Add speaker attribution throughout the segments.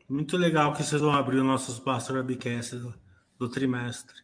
Speaker 1: Muito legal que vocês vão abrir o nosso espaço Webcast do trimestre.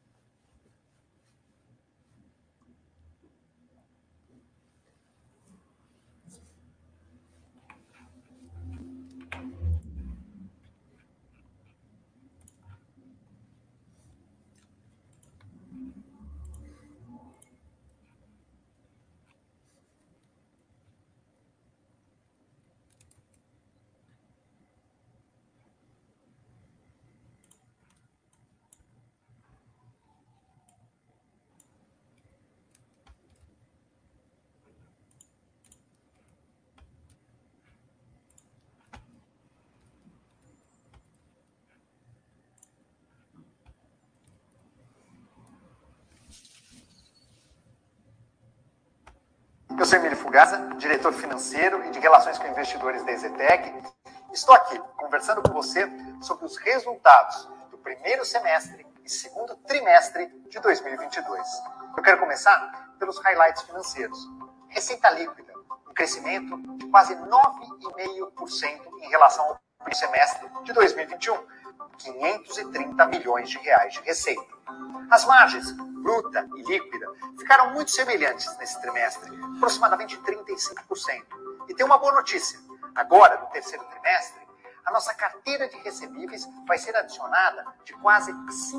Speaker 2: Eu sou Emílio Fugazza, diretor financeiro e de relações com investidores da EZTEC. Estou aqui conversando com você sobre os resultados do primeiro semestre e segundo trimestre de 2022. Eu quero começar pelos highlights financeiros. Receita líquida, um crescimento de quase 9,5% em relação ao primeiro semestre de 2021, 530 milhões de reais de receita. As margens bruta e líquida ficaram muito semelhantes nesse trimestre, aproximadamente 35%. E tem uma boa notícia. Agora, no terceiro trimestre, a nossa carteira de recebíveis vai ser adicionada de quase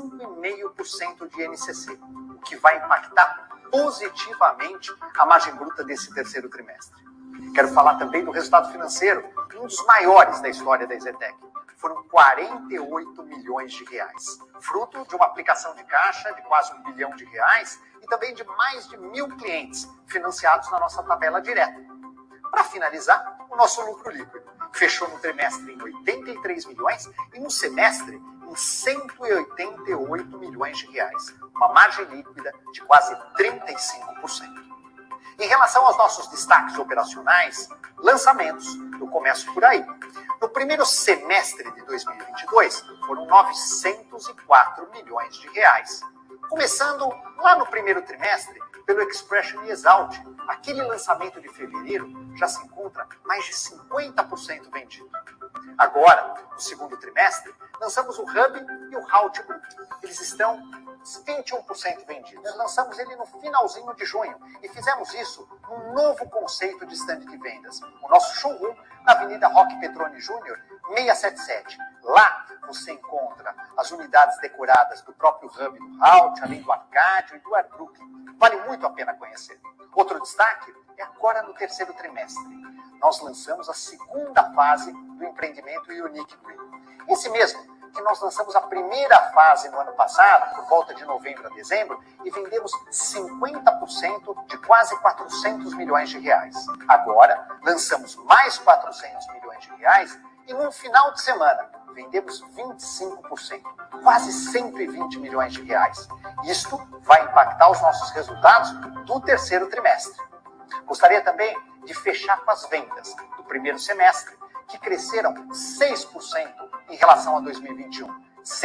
Speaker 2: 5,5% de INCC, o que vai impactar positivamente a margem bruta desse terceiro trimestre. Quero falar também do resultado financeiro, um dos maiores da história da EZTEC. Foram 48 milhões de reais, fruto de uma aplicação de caixa de quase R$1 bilhão e também de mais de 1.000 clientes financiados na nossa tabela direta. Para finalizar, o nosso lucro líquido fechou no trimestre em 83 milhões e no semestre em 188 milhões de reais, uma margem líquida de quase 35%. Em relação aos nossos destaques operacionais, lançamentos, eu começo por aí. No primeiro semestre de 2022, foram 904 milhões de reais. Começando lá no primeiro trimestre, pelo Expression e Exalt, aquele lançamento de fevereiro já se encontra mais de 50% vendido. Agora, no segundo trimestre, lançamos o Hub e o Halt Group. Eles estão 21% vendidos. Nós lançamos ele no finalzinho de junho e fizemos isso num novo conceito de stand de vendas. O nosso showroom na Avenida Roque Petroni Júnior, 677. Lá você encontra as unidades decoradas do próprio Hub do Halt, além do Arcádio e do Airbrook. Vale muito a pena conhecer. Outro destaque é agora no terceiro trimestre. Nós lançamos a segunda fase do empreendimento Unique Green. Esse mesmo que nós lançamos a primeira fase no ano passado, por volta de novembro a dezembro, e vendemos 50% de quase 400 milhões de reais. Agora, lançamos mais 400 milhões de reais e num final de semana, vendemos 25%, quase 120 milhões de reais. Isto vai impactar os nossos resultados do terceiro trimestre. Gostaria também de fechar com as vendas do primeiro semestre, que cresceram 6% em relação a 2021,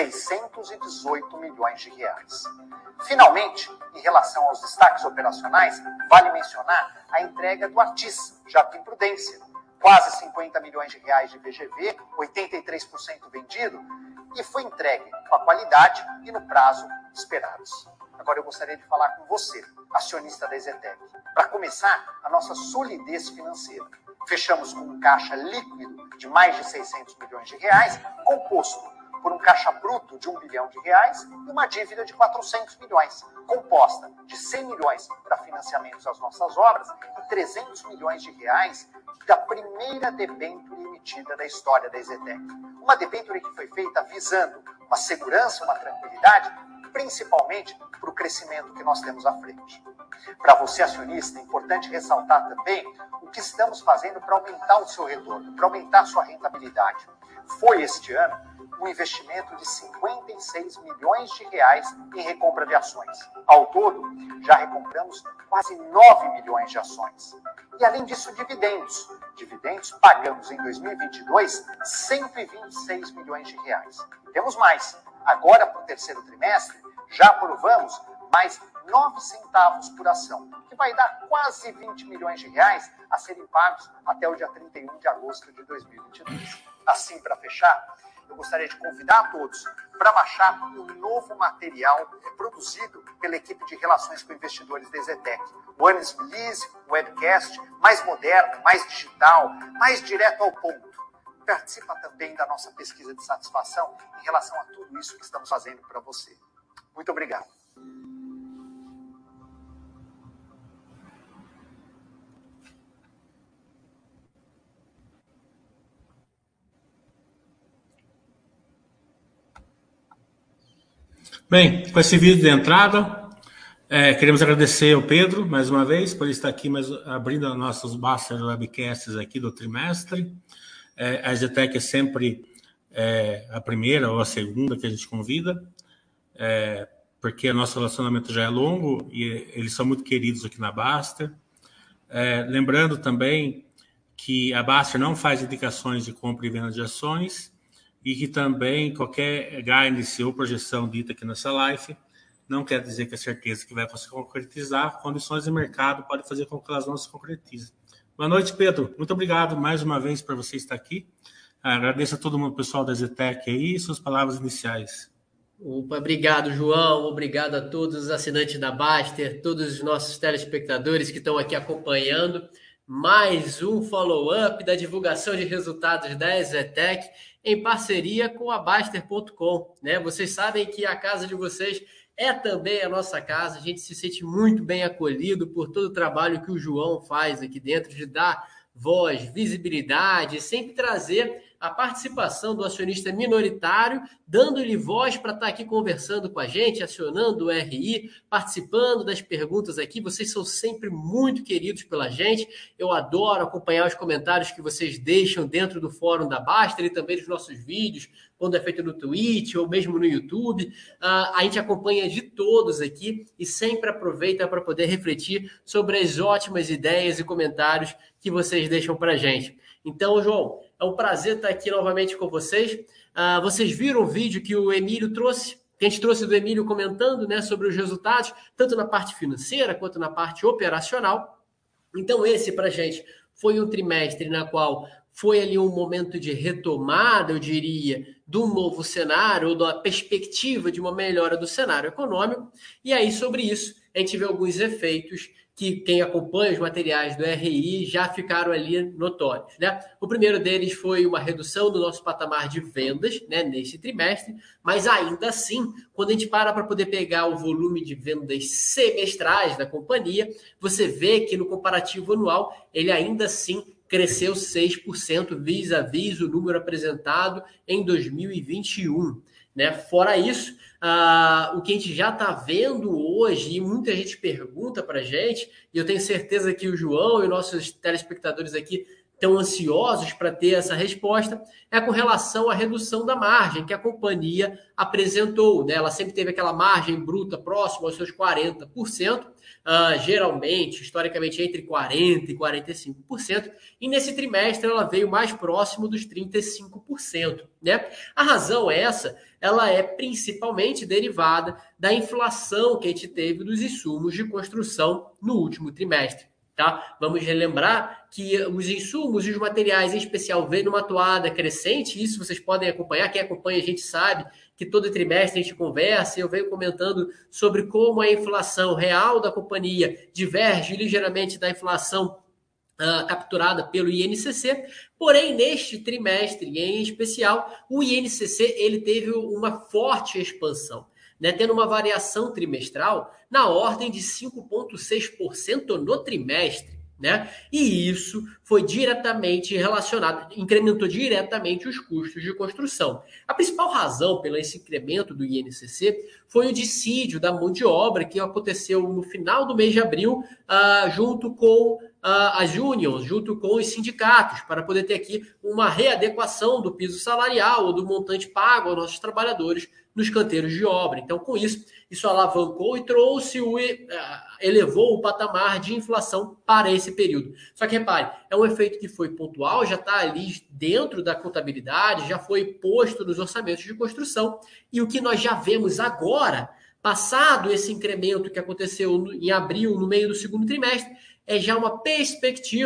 Speaker 2: 618 milhões de reais. Finalmente, em relação aos destaques operacionais, vale mencionar a entrega do Artis, Jardim Prudência, quase 50 milhões de reais de VGV, 83% vendido, e foi entregue com a qualidade e no prazo esperados. Agora eu gostaria de falar com você, acionista da EZTEC. Para começar, a nossa solidez financeira. Fechamos com um caixa líquido de mais de 600 milhões de reais, composto por um caixa bruto de R$1 bilhão e uma dívida de 400 milhões, composta de 100 milhões para financiamentos às nossas obras e 300 milhões de reais da primeira debênture emitida da história da EZTEC. Uma debênture que foi feita visando uma segurança, uma tranquilidade, principalmente para o crescimento que nós temos à frente. Para você, acionista, é importante ressaltar também o que estamos fazendo para aumentar o seu retorno, para aumentar a sua rentabilidade. Foi este ano um investimento de 56 milhões de reais em recompra de ações. Ao todo, já recompramos quase 9 milhões de ações. E além disso, dividendos. Dividendos pagamos em 2022 126 milhões de reais. Temos mais. Agora, para o terceiro trimestre, já aprovamos mais 9 centavos por ação, que vai dar quase 20 milhões de reais a serem pagos até o dia 31 de agosto de 2022. Assim, para fechar, eu gostaria de convidar a todos para baixar um novo material produzido pela equipe de relações com investidores da EZTEC. O Earnings Release, o webcast, mais moderno, mais digital, mais direto ao ponto. Participa também da nossa pesquisa de satisfação em relação a tudo isso que estamos fazendo para você. Muito obrigado.
Speaker 1: Bem, com esse vídeo de entrada, queremos agradecer ao Pedro, mais uma vez, por estar aqui abrindo nossos Master Webcasts aqui do trimestre. A EZTEC é sempre a primeira ou a segunda que a gente convida, porque o nosso relacionamento já é longo e eles são muito queridos aqui na Baster. Lembrando também que a Baster não faz indicações de compra e venda de ações e que também qualquer guidance ou projeção dita aqui nessa live não quer dizer que é certeza que vai se concretizar. Condições de mercado podem fazer com que elas não se concretizem. Boa noite, Pedro. Muito obrigado mais uma vez por você estar aqui. Agradeço a todo mundo, pessoal da EZTEC aí, suas palavras iniciais.
Speaker 3: Opa, obrigado, João. Obrigado a todos os assinantes da Baster, todos os nossos telespectadores que estão aqui acompanhando mais um follow-up da divulgação de resultados da EZTEC em parceria com a Baster.com, né? Vocês sabem que a casa de vocês é também a nossa casa. A gente se sente muito bem acolhido por todo o trabalho que o João faz aqui dentro de dar voz, visibilidade, sempre trazer a participação do acionista minoritário, dando-lhe voz para estar aqui conversando com a gente, acionando o RI, participando das perguntas aqui. Vocês são sempre muito queridos pela gente. Eu adoro acompanhar os comentários que vocês deixam dentro do fórum da Baster e também dos nossos vídeos, quando é feito no Twitch ou mesmo no YouTube. A gente acompanha de todos aqui e sempre aproveita para poder refletir sobre as ótimas ideias e comentários que vocês deixam para a gente. Então, João, é um prazer estar aqui novamente com vocês. Vocês viram o vídeo que o Emílio trouxe, que a gente trouxe do Emílio comentando, né, sobre os resultados, tanto na parte financeira quanto na parte operacional. Então, esse, para a gente, foi um trimestre na qual foi ali um momento de retomada, eu diria, de um novo cenário, ou da perspectiva de uma melhora do cenário econômico. E aí, sobre isso, a gente vê alguns efeitos que quem acompanha os materiais do RI já ficaram ali notórios, né? O primeiro deles foi uma redução do nosso patamar de vendas, né, nesse trimestre, mas ainda assim, quando a gente para poder pegar o volume de vendas semestrais da companhia, você vê que no comparativo anual, ele ainda assim cresceu 6% vis-à-vis o número apresentado em 2021. Né? Fora isso, o que a gente já está vendo hoje, e muita gente pergunta para a gente, e eu tenho certeza que o João e nossos telespectadores aqui estão ansiosos para ter essa resposta, é com relação à redução da margem que a companhia apresentou. Né? Ela sempre teve aquela margem bruta próxima aos seus 40%, geralmente, historicamente, entre 40% e 45%, e nesse trimestre ela veio mais próximo dos 35%. Né? A razão é essa, ela é principalmente derivada da inflação que a gente teve dos insumos de construção no último trimestre. Tá? Vamos relembrar que os insumos e os materiais, em especial, vêm numa toada crescente. Isso vocês podem acompanhar. Quem acompanha a gente sabe que todo trimestre a gente conversa. Eu venho comentando sobre como a inflação real da companhia diverge ligeiramente da inflação capturada pelo INCC. Porém, neste trimestre em especial, o INCC ele teve uma forte expansão, né, tendo uma variação trimestral na ordem de 5,6% no trimestre. Né? E isso foi diretamente relacionado, incrementou diretamente os custos de construção. A principal razão pelo esse incremento do INCC foi o dissídio da mão de obra que aconteceu no final do mês de abril, junto com as unions, junto com os sindicatos, para poder ter aqui uma readequação do piso salarial ou do montante pago aos nossos trabalhadores nos canteiros de obra. Então, com isso alavancou e trouxe elevou o patamar de inflação para esse período. Só que, repare, é um efeito que foi pontual, já está ali dentro da contabilidade, já foi posto nos orçamentos de construção, e o que nós já vemos agora, passado esse incremento que aconteceu em abril, no meio do segundo trimestre, é já uma perspectiva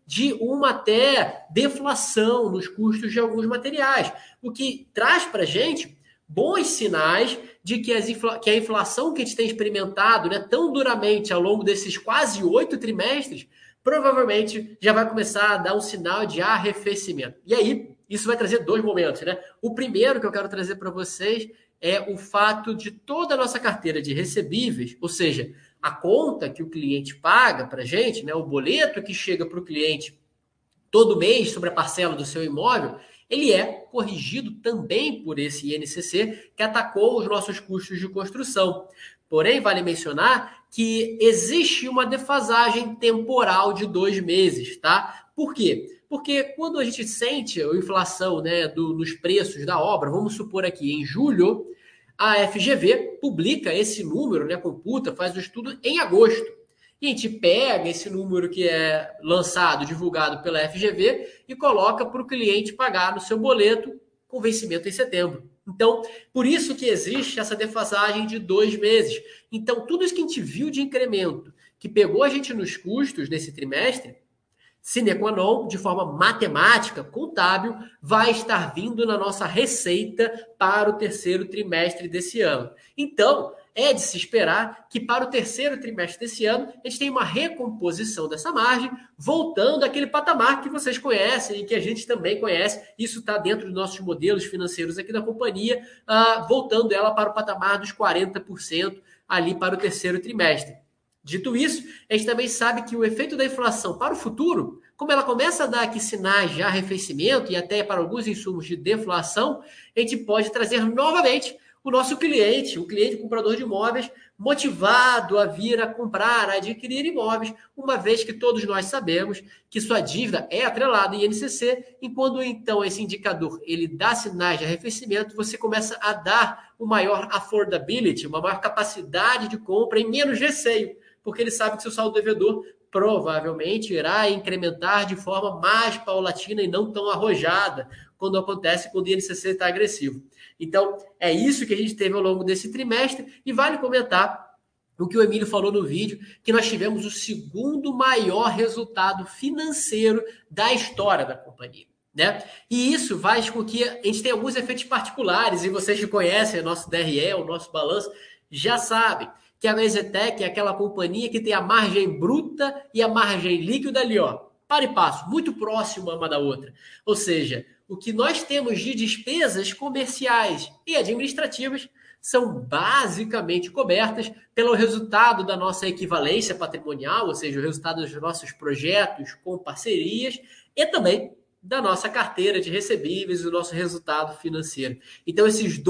Speaker 3: de uma até deflação nos custos de alguns materiais, o que traz para a gente bons sinais de que, que a inflação que a gente tem experimentado, né, tão duramente ao longo desses quase 8 trimestres, provavelmente já vai começar a dar um sinal de arrefecimento. E aí, isso vai trazer dois momentos, né? O primeiro que eu quero trazer para vocês é o fato de toda a nossa carteira de recebíveis, ou seja, a conta que o cliente paga para a gente, né, o boleto que chega para o cliente todo mês sobre a parcela do seu imóvel, ele é corrigido também por esse INCC que atacou os nossos custos de construção. Porém, vale mencionar que existe uma defasagem temporal de 2 meses, tá? Por quê? Porque quando a gente sente a inflação, né, nos preços da obra, vamos supor aqui em julho, a FGV publica esse número, né, computa, faz o estudo em agosto. E a gente pega esse número que é lançado, divulgado pela FGV e coloca para o cliente pagar no seu boleto com vencimento em setembro. Então, por isso que existe essa defasagem de 2 meses. Então, tudo isso que a gente viu de incremento, que pegou a gente nos custos nesse trimestre, sine qua non, de forma matemática, contábil, vai estar vindo na nossa receita para o terceiro trimestre desse ano. Então, é de se esperar que para o terceiro trimestre desse ano, a gente tenha uma recomposição dessa margem, voltando àquele patamar que vocês conhecem e que a gente também conhece. Isso está dentro dos nossos modelos financeiros aqui da companhia, voltando ela para o patamar dos 40% ali para o terceiro trimestre. Dito isso, a gente também sabe que o efeito da inflação para o futuro, como ela começa a dar aqui sinais de arrefecimento e até para alguns insumos de deflação, a gente pode trazer novamente o nosso cliente, o cliente comprador de imóveis, motivado a vir a comprar, a adquirir imóveis, uma vez que todos nós sabemos que sua dívida é atrelada em INCC, e quando então esse indicador ele dá sinais de arrefecimento, você começa a dar uma maior affordability, uma maior capacidade de compra e menos receio, porque ele sabe que seu saldo devedor provavelmente irá incrementar de forma mais paulatina e não tão arrojada quando acontece quando o INCC está agressivo. Então, é isso que a gente teve ao longo desse trimestre e vale comentar o que o Emílio falou no vídeo, que nós tivemos o segundo maior resultado financeiro da história da companhia, né? E isso faz com que a gente tenha alguns efeitos particulares, e vocês que conhecem o nosso DRE, o nosso balanço, já sabem que a EZTEC é aquela companhia que tem a margem bruta e a margem líquida ali, ó, para e passo, muito próximo uma da outra. Ou seja, o que nós temos de despesas comerciais e administrativas são basicamente cobertas pelo resultado da nossa equivalência patrimonial, ou seja, o resultado dos nossos projetos com parcerias e também da nossa carteira de recebíveis e o nosso resultado financeiro. Então,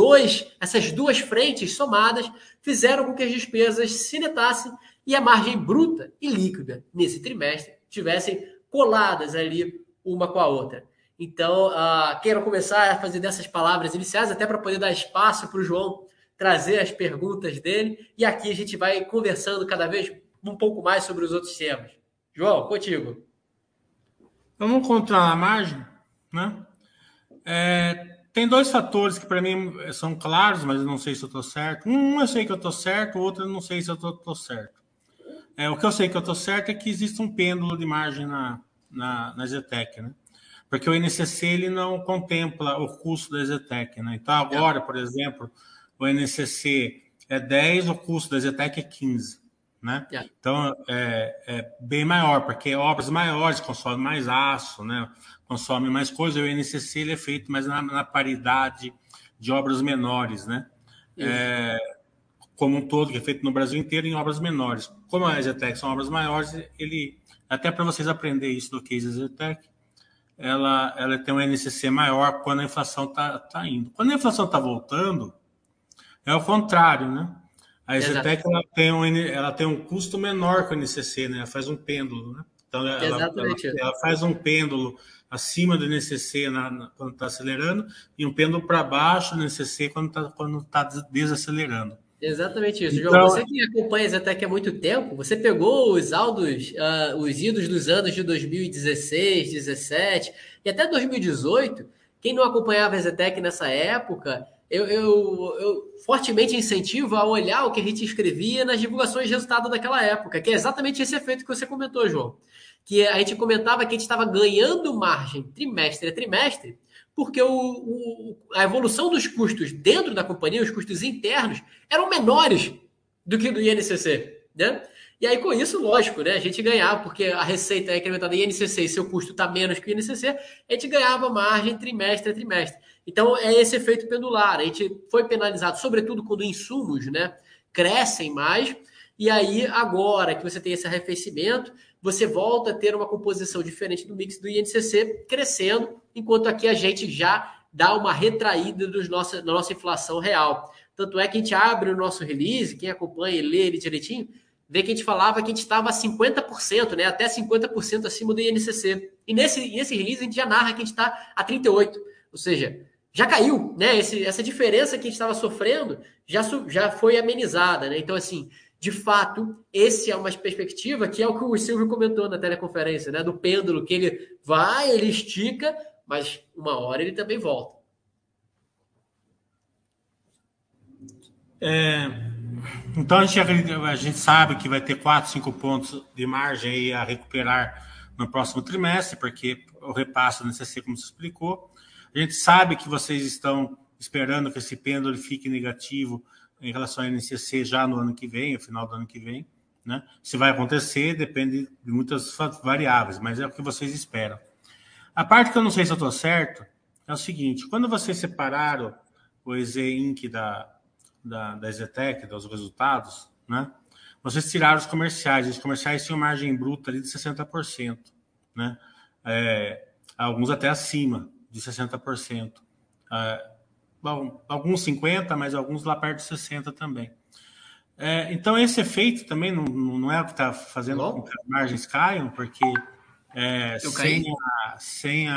Speaker 3: essas duas frentes somadas fizeram com que as despesas se netassem e a margem bruta e líquida nesse trimestre tivessem coladas ali uma com a outra. Então, quero começar a fazer dessas palavras iniciais, até para poder dar espaço para o João trazer as perguntas dele, e aqui a gente vai conversando cada vez um pouco mais sobre os outros temas. João, contigo.
Speaker 1: Vamos encontrar a margem, né? Tem dois fatores que para mim são claros, mas eu não sei se eu estou certo. Um eu sei que eu estou certo, o outro eu não sei se eu estou certo. O que eu sei que eu estou certo é que existe um pêndulo de margem na EZTEC, né? Porque o INCC ele não contempla o custo da EZTEC, né? Então agora, por exemplo, o INCC é 10, o custo da EZTEC é 15. Né? Então é bem maior, porque obras maiores consomem mais aço, né? Consomem mais coisa, e o INCC ele é feito mais na paridade de obras menores, né? Como um todo, que é feito no Brasil inteiro em obras menores. Como a EZTEC são obras maiores, ele, até para vocês aprenderem isso do case EZTEC, ela tem um INCC maior quando a inflação está indo. Quando a inflação está voltando, é o contrário, né? A EZTEC ela tem um custo menor que o INCC, né? Ela faz um pêndulo, né? Então, ela faz um pêndulo acima do INCC quando está acelerando e um pêndulo para baixo do INCC quando tá desacelerando.
Speaker 3: Exatamente isso. Então, João, você que acompanha a EZTEC há muito tempo, você pegou os idos dos anos de 2016, 2017 e até 2018. Quem não acompanhava a EZTEC nessa época, eu fortemente incentivo a olhar o que a gente escrevia nas divulgações de resultado daquela época, que é exatamente esse efeito que você comentou, João. que a gente comentava que a gente estava ganhando margem trimestre a trimestre, porque a evolução dos custos dentro da companhia, os custos internos, eram menores do que do INCC, né? E aí, com isso, lógico, né? A gente ganhava, porque a receita é incrementada em INCC e seu custo está menos que o INCC, a gente ganhava margem trimestre a trimestre. Então, é esse efeito pendular. A gente foi penalizado, sobretudo quando insumos, né, crescem mais. E aí, agora que você tem esse arrefecimento, você volta a ter uma composição diferente do mix do INCC crescendo, enquanto aqui a gente já dá uma retraída da nossa inflação real. Tanto é que a gente abre o nosso release, quem acompanha e lê ele direitinho, vê que a gente falava que a gente estava a 50%, né, até 50% acima do INCC. E nesse release a gente já narra que a gente está a 38%. Ou seja, já caiu, né? Essa diferença que a gente estava sofrendo já foi amenizada, né? Então, assim, de fato, esse é uma perspectiva que é o que o Silvio comentou na teleconferência, né? Do pêndulo, que ele estica, mas uma hora ele também volta.
Speaker 1: Então a gente sabe que vai ter 4, 5 pontos de margem aí a recuperar no próximo trimestre, porque o repasse do INCC, como você explicou. A gente sabe que vocês estão esperando que esse pêndulo fique negativo em relação ao INCC já no ano que vem, no final do ano que vem, né? Se vai acontecer depende de muitas variáveis, mas é o que vocês esperam. A parte que eu não sei se eu estou certo é o seguinte: quando vocês separaram o EZ Inc. da EZTEC, dos resultados, né? Vocês tiraram os comerciais tinham margem bruta ali de 60%, né? Alguns até acima de 60%. Bom, alguns 50%, mas alguns lá perto de 60% também. Então, esse efeito também não é o que está fazendo com que as margens caiam, porque sem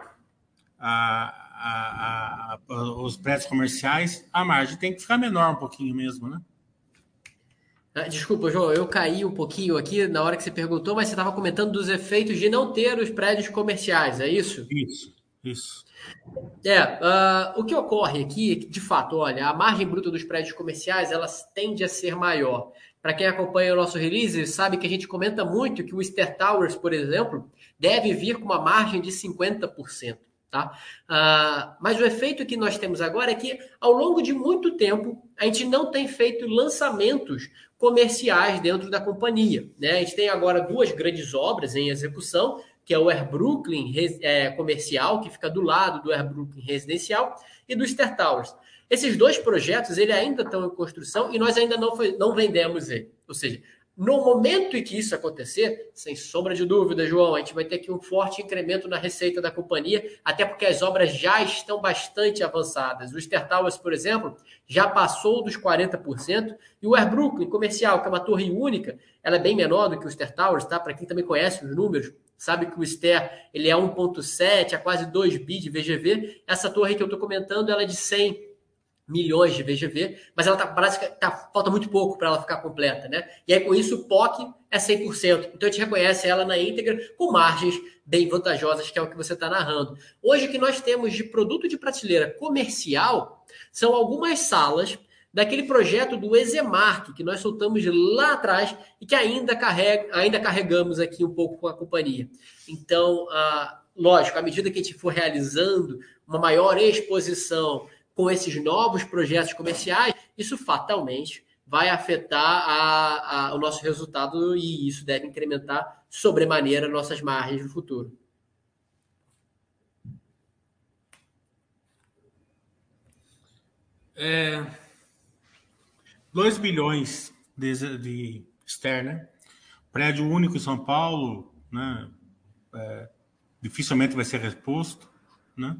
Speaker 1: os prédios comerciais, a margem tem que ficar menor um pouquinho mesmo, né?
Speaker 3: Desculpa, João, eu caí um pouquinho aqui na hora que você perguntou, mas você estava comentando dos efeitos de não ter os prédios comerciais, é isso?
Speaker 1: Isso.
Speaker 3: O que ocorre aqui, de fato, olha, a margem bruta dos prédios comerciais, elas tende a ser maior. Para quem acompanha o nosso release, sabe que a gente comenta muito que o Ster Towers, por exemplo, deve vir com uma margem de 50%. Tá? Mas o efeito que nós temos agora é que, ao longo de muito tempo, a gente não tem feito lançamentos comerciais dentro da companhia, né? A gente tem agora 2 grandes obras em execução, que é o Air Brooklyn comercial, que fica do lado do Air Brooklyn residencial, e do Ster Towers. Esses 2 projetos ele ainda estão em construção e nós ainda não vendemos ele. Ou seja, no momento em que isso acontecer, sem sombra de dúvida, João, a gente vai ter aqui um forte incremento na receita da companhia, até porque as obras já estão bastante avançadas. O Ster Towers, por exemplo, já passou dos 40%, e o Air Brooklyn comercial, que é uma torre única, ela é bem menor do que o Ster Towers, tá? Para quem também conhece os números, sabe que o Ster ele é 1,7 a quase 2 bi de VGV. Essa torre que eu estou comentando, ela é de 100 milhões de VGV, mas ela falta muito pouco para ela ficar completa, né? E aí, com isso, o POC é 100%. Então, a gente reconhece ela na íntegra com margens bem vantajosas, que é o que você está narrando. Hoje, o que nós temos de produto de prateleira comercial são algumas salas daquele projeto do Ezemark, que nós soltamos lá atrás e que ainda carregamos aqui um pouco com a companhia. Então, lógico, à medida que a gente for realizando uma maior exposição com esses novos projetos comerciais, isso fatalmente vai afetar o nosso resultado e isso deve incrementar sobremaneira nossas margens no futuro.
Speaker 1: É, 2 bilhões de Ster, né? Prédio único em São Paulo, né? Dificilmente vai ser reposto, né?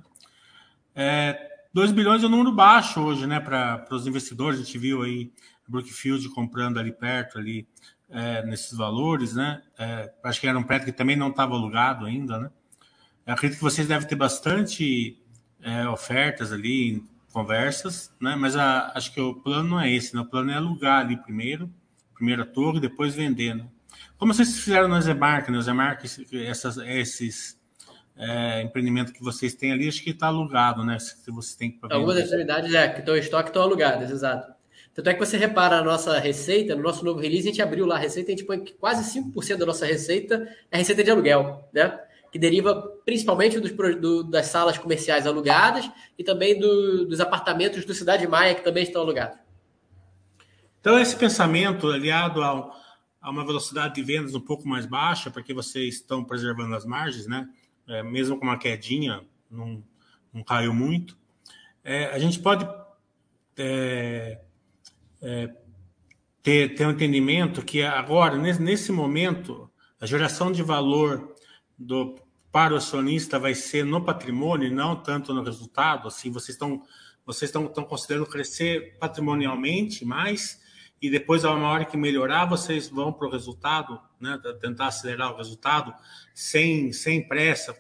Speaker 1: 2 bilhões é um número baixo hoje, né? Para os investidores, a gente viu aí Brookfield comprando ali perto, ali, nesses valores, né? Acho que era um prédio que também não estava alugado ainda, né? Eu acredito que vocês devem ter bastante ofertas ali, conversas, né? Mas acho que o plano não é esse, né? O plano é alugar ali primeira torre, depois vender, né? Como vocês fizeram no Ezemark, né? O Ezemark, esses empreendimento que vocês têm ali, acho que está alugado, né? Se você tem que
Speaker 3: algumas das unidades que estão em estoque estão alugadas, exato. Tanto é que você repara a nossa receita, no nosso novo release, a gente abriu lá a receita, a gente põe que quase 5% da nossa receita é receita de aluguel, né? Que deriva principalmente das salas comerciais alugadas e também dos apartamentos do Cidade Maia, que também estão alugados.
Speaker 1: Então, esse pensamento, aliado a uma velocidade de vendas um pouco mais baixa, porque vocês estão preservando as margens, né? Mesmo com uma quedinha, não caiu muito. A gente pode ter um entendimento que agora, nesse momento, a geração de valor para o acionista vai ser no patrimônio e não tanto no resultado. Assim, vocês estão considerando crescer patrimonialmente mais, e depois, a uma hora que melhorar, vocês vão para o resultado, né? Tentar acelerar o resultado sem pressa,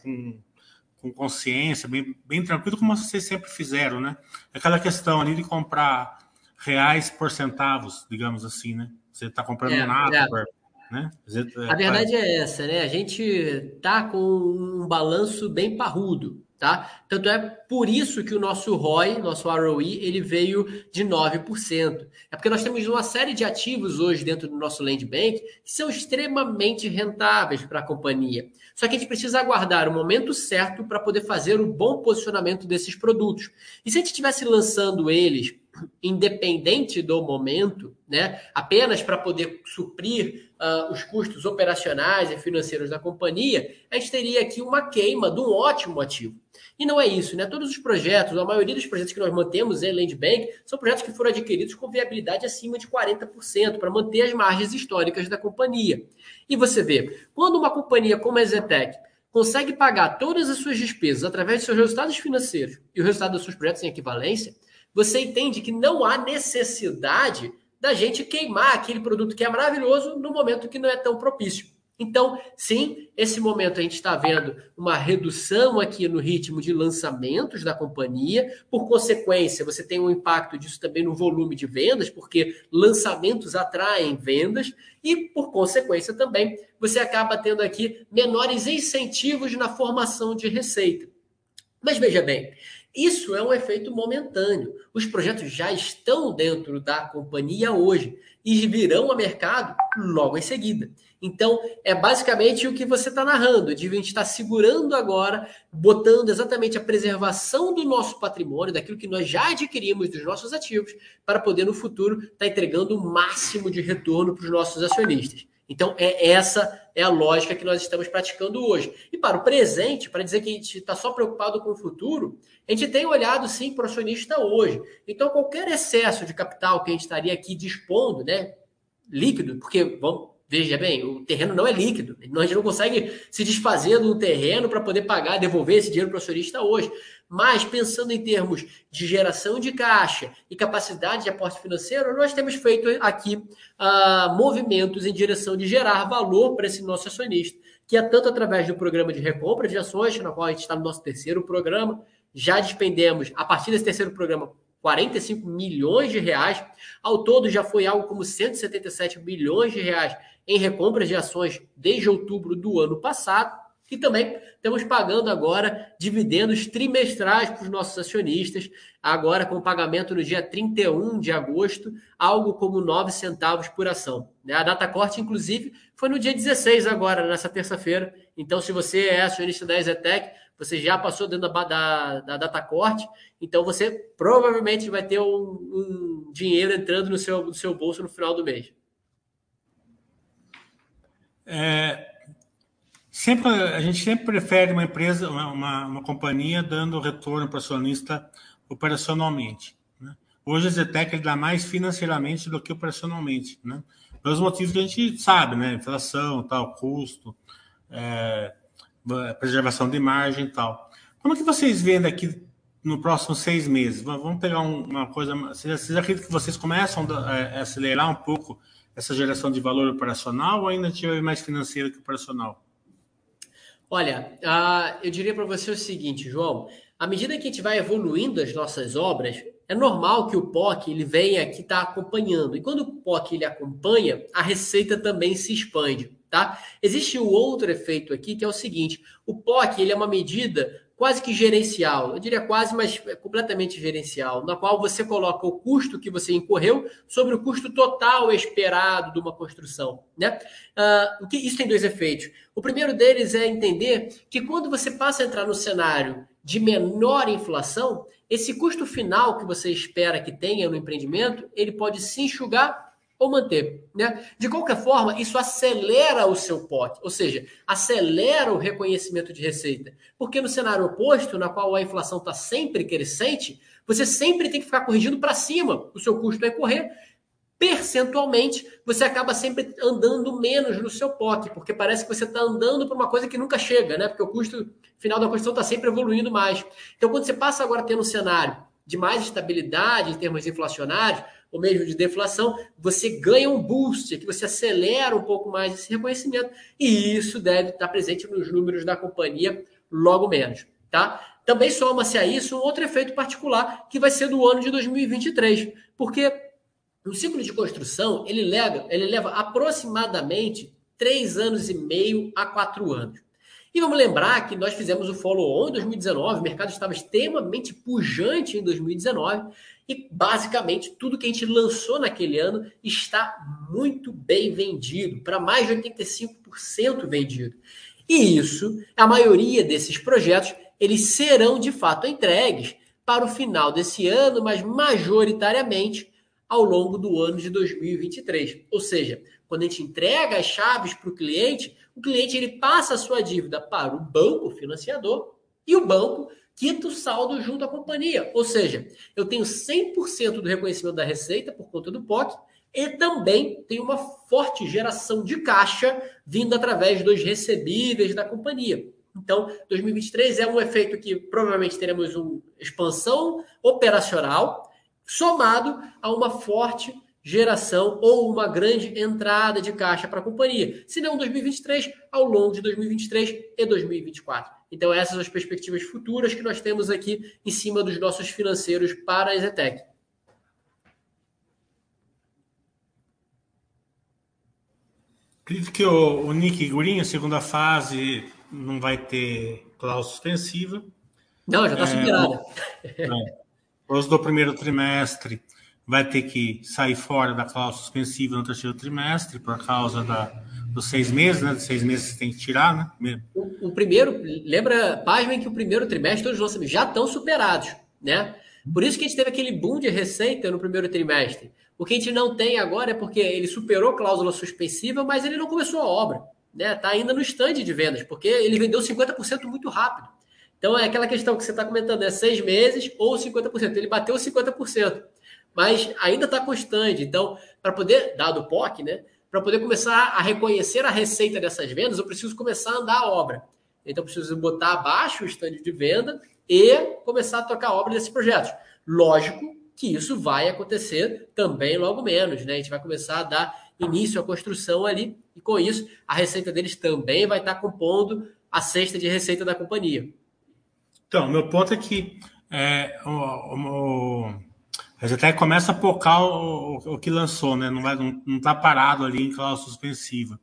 Speaker 1: com consciência, bem tranquilo, como vocês sempre fizeram, né? Aquela questão ali de comprar reais por centavos, digamos assim, né? Você está comprando nada, né?
Speaker 3: A verdade é essa, né? A gente tá com um balanço bem parrudo, tá? Tanto é por isso que o nosso ROI, nosso ROE, ele veio de 9%. É porque nós temos uma série de ativos hoje dentro do nosso land bank que são extremamente rentáveis para a companhia. Só que a gente precisa aguardar o momento certo para poder fazer o bom posicionamento desses produtos. E se a gente estivesse lançando eles independente do momento, né, apenas para poder suprir os custos operacionais e financeiros da companhia, a gente teria aqui uma queima de um ótimo ativo. E não é isso, né? Todos os projetos, a maioria dos projetos que nós mantemos em Land Bank são projetos que foram adquiridos com viabilidade acima de 40% para manter as margens históricas da companhia. E você vê, quando uma companhia como a EZTEC consegue pagar todas as suas despesas através de seus resultados financeiros e o resultado dos seus projetos em equivalência, você entende que não há necessidade da gente queimar aquele produto que é maravilhoso no momento que não é tão propício. Então, sim, esse momento a gente está vendo uma redução aqui no ritmo de lançamentos da companhia. Por consequência, você tem um impacto disso também no volume de vendas, porque lançamentos atraem vendas e, por consequência, também você acaba tendo aqui menores incentivos na formação de receita. Mas veja bem, isso é um efeito momentâneo. Os projetos já estão dentro da companhia hoje e virão a mercado logo em seguida. Então, é basicamente o que você está narrando, de a gente estar segurando agora, botando exatamente a preservação do nosso patrimônio, daquilo que nós já adquirimos dos nossos ativos, para poder no futuro estar entregando o máximo de retorno para os nossos acionistas. Então, essa é a lógica que nós estamos praticando hoje. E para o presente, para dizer que a gente está só preocupado com o futuro, a gente tem olhado, sim, para o acionista hoje. Então, qualquer excesso de capital que a gente estaria aqui dispondo, né, líquido, porque, veja bem, o terreno não é líquido. A gente não consegue se desfazer de um terreno para poder pagar, devolver esse dinheiro para o acionista hoje. Mas, pensando em termos de geração de caixa e capacidade de aporte financeiro, nós temos feito aqui movimentos em direção de gerar valor para esse nosso acionista, que é tanto através do programa de recompra de ações, na qual a gente está no nosso terceiro programa. Já despendemos, a partir desse terceiro programa, 45 milhões de reais. Ao todo, já foi algo como 177 milhões de reais em recompras de ações desde outubro do ano passado. E também estamos pagando agora dividendos trimestrais para os nossos acionistas, agora com pagamento no dia 31 de agosto, algo como 9 centavos por ação. A data corte, inclusive, foi no dia 16 agora, nessa terça-feira. Então, se você é acionista da EZTEC, você já passou dentro da data corte, então você provavelmente vai ter um dinheiro entrando no seu bolso no final do mês.
Speaker 1: A gente sempre prefere uma empresa, uma companhia dando retorno para o acionista operacionalmente, né? Hoje a EZTEC dá mais financeiramente do que operacionalmente, né? Pelos motivos que a gente sabe, né? Inflação, tal, custo, preservação de margem e tal. Como é que vocês veem daqui no próximo 6 meses? Vamos pegar uma coisa... Vocês acreditam que vocês começam a acelerar um pouco essa geração de valor operacional ou ainda tiver mais financeiro que operacional?
Speaker 3: Olha, eu diria para você o seguinte, João. À medida que a gente vai evoluindo as nossas obras, é normal que o POC ele venha aqui estar acompanhando. E quando o POC ele acompanha, a receita também se expande. Tá? Existe um outro efeito aqui, que é o seguinte: o POC ele é uma medida quase que gerencial, eu diria quase, mas completamente gerencial, na qual você coloca o custo que você incorreu sobre o custo total esperado de uma construção, né? Isso tem dois efeitos. O primeiro deles é entender que quando você passa a entrar no cenário de menor inflação, esse custo final que você espera que tenha no empreendimento, ele pode se enxugar ou manter, né? De qualquer forma, isso acelera o seu POC, ou seja, acelera o reconhecimento de receita. Porque no cenário oposto, na qual a inflação está sempre crescente, você sempre tem que ficar corrigindo para cima, o seu custo vai correr. Percentualmente, você acaba sempre andando menos no seu POC, porque parece que você está andando para uma coisa que nunca chega, né? Porque o custo final da construção está sempre evoluindo mais. Então, quando você passa agora a ter um cenário de mais estabilidade em termos inflacionários, ou mesmo de deflação, você ganha um boost, que você acelera um pouco mais esse reconhecimento, e isso deve estar presente nos números da companhia logo menos, tá? Também soma-se a isso um outro efeito particular, que vai ser do ano de 2023, porque o ciclo de construção, ele leva aproximadamente 3 anos e meio a 4 anos. E vamos lembrar que nós fizemos o follow-on em 2019, o mercado estava extremamente pujante em 2019, e basicamente tudo que a gente lançou naquele ano está muito bem vendido, para mais de 85% vendido. E isso, a maioria desses projetos, eles serão de fato entregues para o final desse ano, mas majoritariamente ao longo do ano de 2023. Ou seja, quando a gente entrega as chaves para o cliente ele passa a sua dívida para o banco financiador e o banco quita o saldo junto à companhia. Ou seja, eu tenho 100% do reconhecimento da receita por conta do POC e também tenho uma forte geração de caixa vindo através dos recebíveis da companhia. Então, 2023 é um efeito que provavelmente teremos uma expansão operacional somado a uma forte geração ou uma grande entrada de caixa para a companhia. Se não 2023, ao longo de 2023 e 2024. Então, essas são as perspectivas futuras que nós temos aqui em cima dos nossos financeiros para a EZTEC.
Speaker 1: Acredito que o Nick Green, a segunda fase, não vai ter cláusula suspensiva.
Speaker 3: Não, já está superada.
Speaker 1: Os do primeiro trimestre vai ter que sair fora da cláusula suspensiva no terceiro trimestre por causa dos 6 meses, né? Dos 6 meses você tem que tirar, né?
Speaker 3: O primeiro, pasmem que o primeiro trimestre, todos os lançamentos já estão superados, né? Por isso que a gente teve aquele boom de receita no primeiro trimestre. O que a gente não tem agora é porque ele superou a cláusula suspensiva, mas ele não começou a obra, né? Está ainda no stand de vendas, porque ele vendeu 50% muito rápido. Então é aquela questão que você está comentando, né? 6 meses ou 50%. Ele bateu 50%, mas ainda está constante. Então, para poder, dado o POC, né? Para poder começar a reconhecer a receita dessas vendas, eu preciso começar a andar a obra. Então, eu preciso botar abaixo o stand de venda e começar a tocar a obra desses projetos. Lógico que isso vai acontecer também logo menos, né? A gente vai começar a dar início à construção ali e, com isso, a receita deles também vai estar compondo a cesta de receita da companhia.
Speaker 1: Então, meu ponto é que a gente até começa a focar o que lançou, né? Não está parado ali em cláusula suspensiva.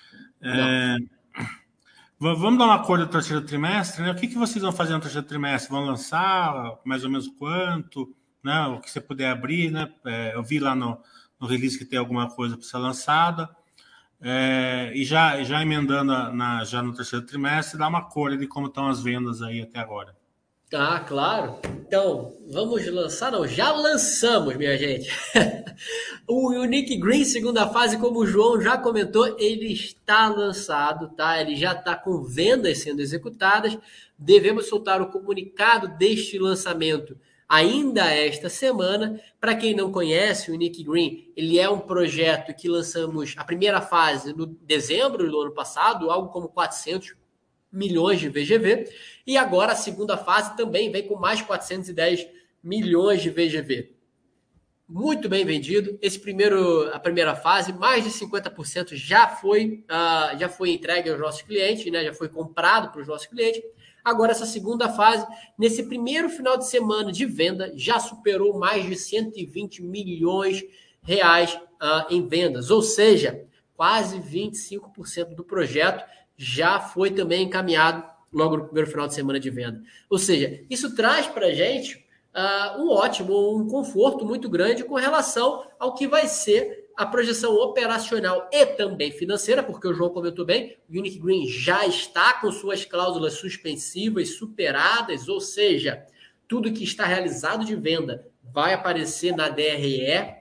Speaker 1: Vamos dar uma cor do terceiro trimestre, né? O que vocês vão fazer no terceiro trimestre? Vão lançar mais ou menos quanto? Né? O que você puder abrir, né? Eu vi lá no release que tem alguma coisa para ser lançada. E já emendando já no terceiro trimestre, dá uma cor de como estão as vendas aí até agora.
Speaker 3: Ah, claro. Então, vamos lançar? Não, já lançamos, minha gente. O Nick Green, segunda fase, como o João já comentou, ele está lançado, tá? Ele já está com vendas sendo executadas. Devemos soltar o comunicado deste lançamento ainda esta semana. Para quem não conhece, o Nick Green, ele é um projeto que lançamos a primeira fase no dezembro do ano passado, algo como 400 milhões de VGV, e agora a segunda fase também vem com mais 410 milhões de VGV. Muito bem vendido. A primeira fase, mais de 50% já foi entregue aos nossos clientes, né? Já foi comprado para os nossos clientes. Agora, essa segunda fase, nesse primeiro final de semana de venda, já superou mais de 120 milhões reais em vendas, ou seja, quase 25% do projeto já foi também encaminhado logo no primeiro final de semana de venda. Ou seja, isso traz para a gente um conforto muito grande com relação ao que vai ser a projeção operacional e também financeira, porque o João comentou bem, o Unique Green já está com suas cláusulas suspensivas superadas, ou seja, tudo que está realizado de venda vai aparecer na DRE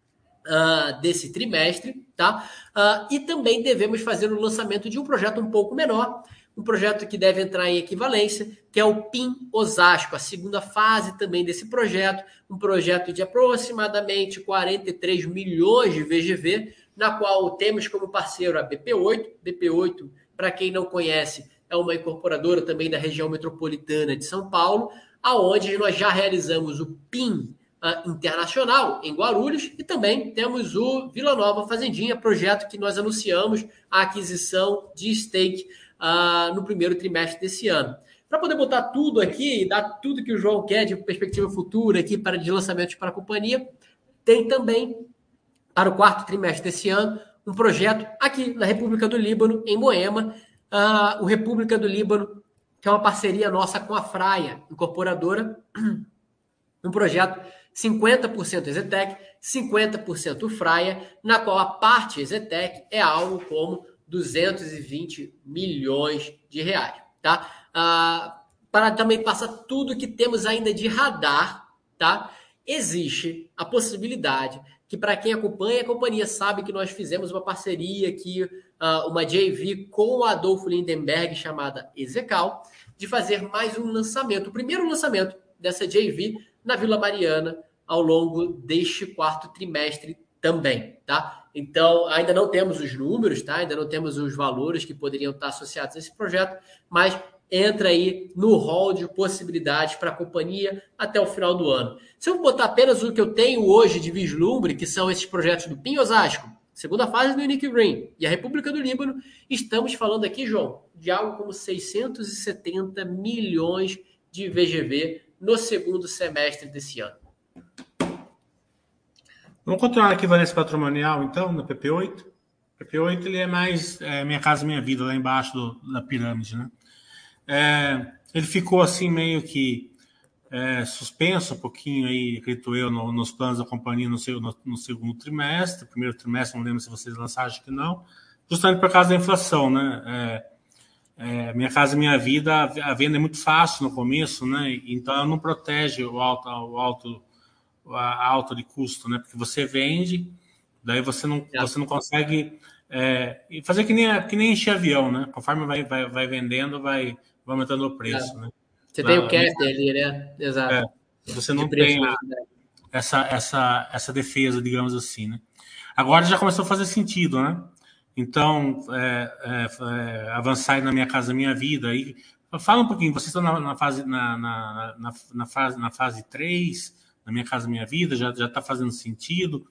Speaker 3: desse trimestre, tá? E também devemos fazer o lançamento de um projeto um pouco menor, um projeto que deve entrar em equivalência, que é o PIN Osasco, a segunda fase também desse projeto, um projeto de aproximadamente 43 milhões de VGV, na qual temos como parceiro a BP8. BP8, para quem não conhece, é uma incorporadora também da região metropolitana de São Paulo, aonde nós já realizamos o PIN internacional em Guarulhos e também temos o Vila Nova Fazendinha, projeto que nós anunciamos a aquisição de stake no primeiro trimestre desse ano. Para poder botar tudo aqui, dar tudo que o João quer de perspectiva futura aqui de lançamentos para a companhia, tem também para o quarto trimestre desse ano um projeto aqui na República do Líbano, em Moema, o República do Líbano, que é uma parceria nossa com a Fraia, incorporadora, um projeto 50% Exetec, 50% Fraia, na qual a parte Exetec é algo como 220 milhões de reais, tá? Para também passar tudo que temos ainda de radar, tá? Existe a possibilidade que, para quem acompanha a companhia, sabe que nós fizemos uma parceria aqui, uma JV com o Adolfo Lindenberg, chamada Ezecal, de fazer mais um lançamento, o primeiro lançamento dessa JV na Vila Mariana ao longo deste quarto trimestre também, tá? Então, ainda não temos os números, tá? Ainda não temos os valores que poderiam estar associados a esse projeto, mas entra aí no hall de possibilidades para a companhia até o final do ano. Se eu botar apenas o que eu tenho hoje de vislumbre, que são esses projetos do PIN Osasco, segunda fase do Unique Green e a República do Líbano, estamos falando aqui, João, de algo como 670 milhões de VGV no segundo semestre desse ano.
Speaker 1: Vamos continuar na equivalência patrimonial, então, no PP8. O PP8 ele é mais Minha Casa Minha Vida, lá embaixo da pirâmide, né? Ele ficou assim meio que suspenso um pouquinho aí, acredito eu, nos planos da companhia no segundo trimestre. Primeiro trimestre, não lembro se vocês lançaram, acho que não. Justamente por causa da inflação, né? Minha Casa Minha Vida, a venda é muito fácil no começo, né? Então ela não protege a alta de custo, né? Porque você vende, daí você não consegue fazer que nem encher avião, né? Conforme vai vendendo, vai aumentando o preço, né?
Speaker 3: Você tem o cap ali, né? Exato.
Speaker 1: Você não tem essa defesa, digamos assim, né? Agora já começou a fazer sentido, né? Então, avançar aí na Minha Casa Minha Vida. Aí, fala um pouquinho, vocês estão na fase 3, na Minha Casa Minha Vida, já está fazendo sentido.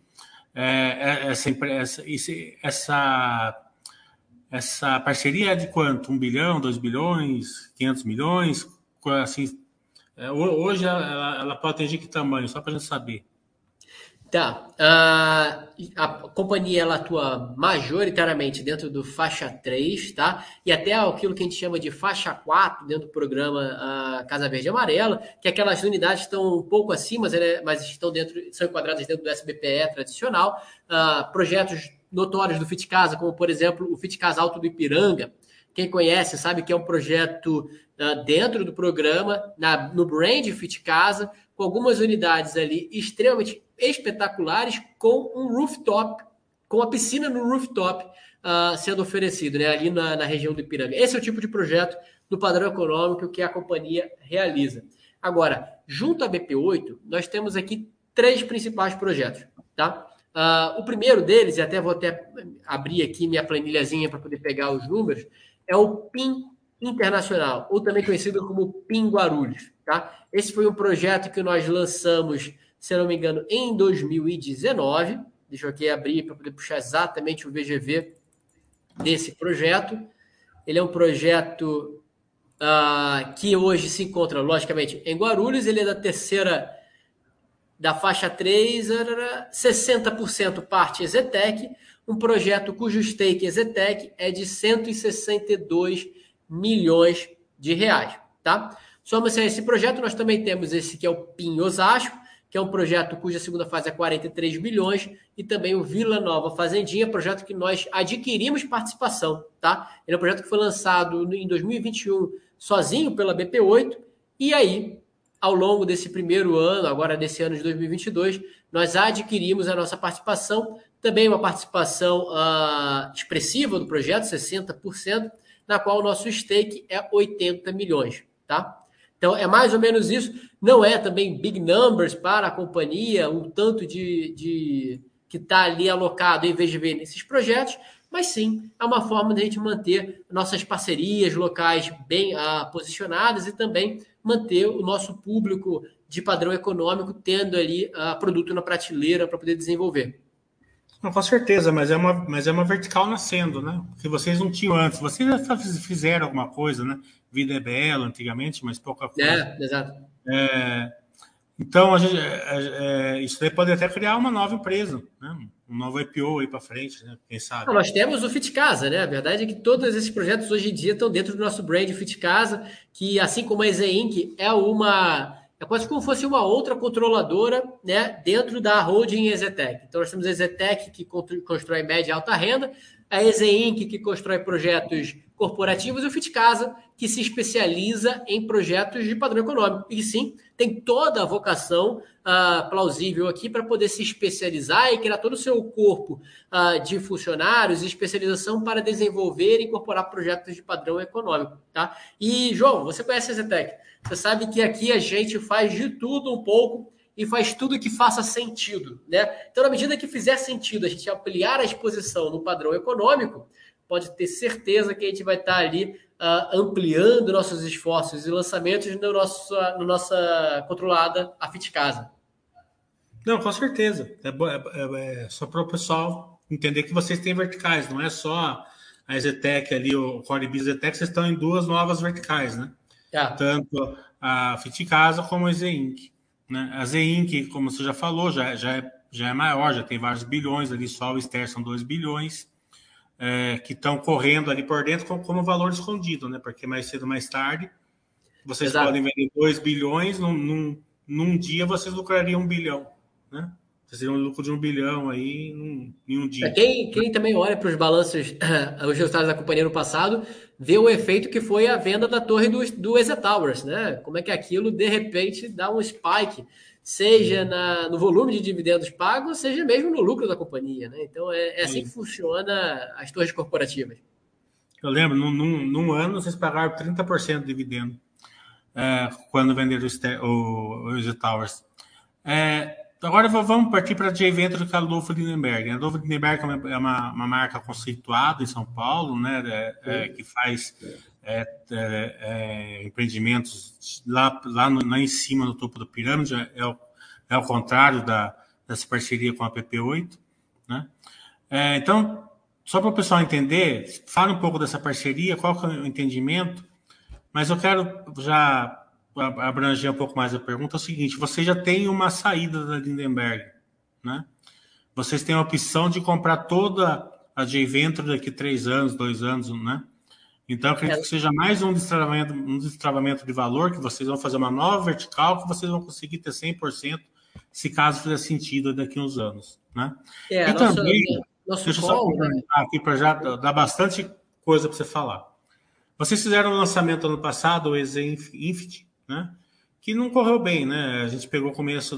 Speaker 1: Essa parceria é de quanto? 1 bilhão, 2 bilhões, 500 milhões? Assim, hoje ela pode atingir que tamanho? Só para a gente saber.
Speaker 3: Tá. A companhia ela atua majoritariamente dentro do faixa 3, tá? E até aquilo que a gente chama de faixa 4 dentro do programa Casa Verde e Amarela, que aquelas unidades estão um pouco acima, mas são enquadradas dentro do SBPE tradicional. Projetos notórios do Fit Casa, como por exemplo o Fit Casa Alto do Ipiranga. Quem conhece sabe que é um projeto dentro do programa, no brand Fit Casa, com algumas unidades ali extremamente espetaculares, com um rooftop, com a piscina no rooftop sendo oferecido, né, ali na região do Ipiranga. Esse é o tipo de projeto do padrão econômico que a companhia realiza. Agora, junto à BP8, nós temos aqui 3 principais projetos, tá? O primeiro deles, e vou abrir aqui minha planilhazinha para poder pegar os números, é o PIN Internacional, ou também conhecido como PIN Guarulhos, tá? Esse foi um projeto que nós lançamos, se não me engano, em 2019. Deixa eu aqui abrir para poder puxar exatamente o VGV desse projeto. Ele é um projeto que hoje se encontra, logicamente, em Guarulhos. Ele é da faixa 3, 60% parte Exetec, um projeto cujo stake Exetec é de 162 milhões de reais, tá? Soma-se a esse projeto, nós também temos esse que é o PIN Osasco, que é um projeto cuja segunda fase é 43 milhões, e também o Vila Nova Fazendinha, projeto que nós adquirimos participação, tá? Ele é um projeto que foi lançado em 2021 sozinho pela BP8, e aí, ao longo desse primeiro ano, agora desse ano de 2022, nós adquirimos a nossa participação, também uma participação expressiva do projeto, 60%, na qual o nosso stake é 80 milhões, tá? Então, é mais ou menos isso. Não é também big numbers para a companhia, um tanto que está ali alocado em vez de ver nesses projetos, mas sim, é uma forma de a gente manter nossas parcerias locais bem posicionadas e também manter o nosso público de padrão econômico tendo ali produto na prateleira para poder desenvolver.
Speaker 1: Não, com certeza, mas é uma vertical nascendo, né? Que vocês não tinham antes. Vocês já fizeram alguma coisa, né? Vida é Bela antigamente, mas pouca coisa.
Speaker 3: Exato.
Speaker 1: Então, isso daí pode até criar uma nova empresa, né? Um novo IPO aí para frente, né? Quem sabe?
Speaker 3: Nós temos o Fit Casa, né? A verdade é que todos esses projetos hoje em dia estão dentro do nosso brand Fit Casa, que assim como a EZ Inc. é quase como fosse uma outra controladora, né, dentro da holding EZTEC. Então, nós temos a EZTEC, que constrói média e alta renda, a EZ Inc., que constrói projetos corporativos, e o Fit Casa, que se especializa em projetos de padrão econômico. E sim, tem toda a vocação plausível aqui para poder se especializar e criar todo o seu corpo de funcionários e especialização para desenvolver e incorporar projetos de padrão econômico. Tá? E, João, você conhece a EZTEC? Você sabe que aqui a gente faz de tudo um pouco e faz tudo que faça sentido, né? Então, na medida que fizer sentido a gente ampliar a exposição no padrão econômico, pode ter certeza que a gente vai estar ali ampliando nossos esforços e lançamentos no nossa controlada, a Fit Casa.
Speaker 1: Não, com certeza. É só para o pessoal entender que vocês têm verticais, não é só a EZTEC ali, o Core Business EZTEC, vocês estão em duas novas verticais, né? Tanto a Fit Casa como a EZ Inc. Né? A EZ Inc., como você já falou, já é maior, já tem vários bilhões ali, só o Ster são 2 bilhões, que estão correndo ali por dentro como valor escondido, né? Porque mais cedo ou mais tarde vocês podem vender 2 bilhões, num dia vocês lucrariam 1 bilhão, né? Vocês teriam um lucro de 1 bilhão aí em um dia.
Speaker 3: Quem também olha para os balanços, os resultados da companhia no passado, vê o efeito que foi a venda da torre do EZ Towers, né? Como é que aquilo, de repente, dá um spike, seja no volume de dividendos pagos, seja mesmo no lucro da companhia, né? Então, é assim que funciona as torres corporativas.
Speaker 1: Eu lembro, num ano, vocês pagaram 30% de dividendo quando venderam o EZ Towers. Agora vamos partir para a J Venture, que é a Adolfo Lindenberg. A Adolfo Lindenberg é uma marca conceituada em São Paulo, né, que faz empreendimentos lá em cima, no topo da pirâmide. É o contrário dessa parceria com a PP8. Né? Então, só para o pessoal entender, fala um pouco dessa parceria, qual que é o entendimento, mas eu quero já abranger um pouco mais a pergunta. É o seguinte: você já tem uma saída da Lindenberg, né? Vocês têm a opção de comprar toda a J Venture daqui 3 anos, 2 anos, né? Então, eu acredito que seja mais um destravamento de valor, que vocês vão fazer uma nova vertical, que vocês vão conseguir ter 100%, se caso fizer sentido daqui a uns anos, né? E também, deixa eu só complementar aqui para já dar bastante coisa para você falar. Vocês fizeram o lançamento ano passado, o EZ Infinity, né? Que não correu bem, né? A gente pegou o começo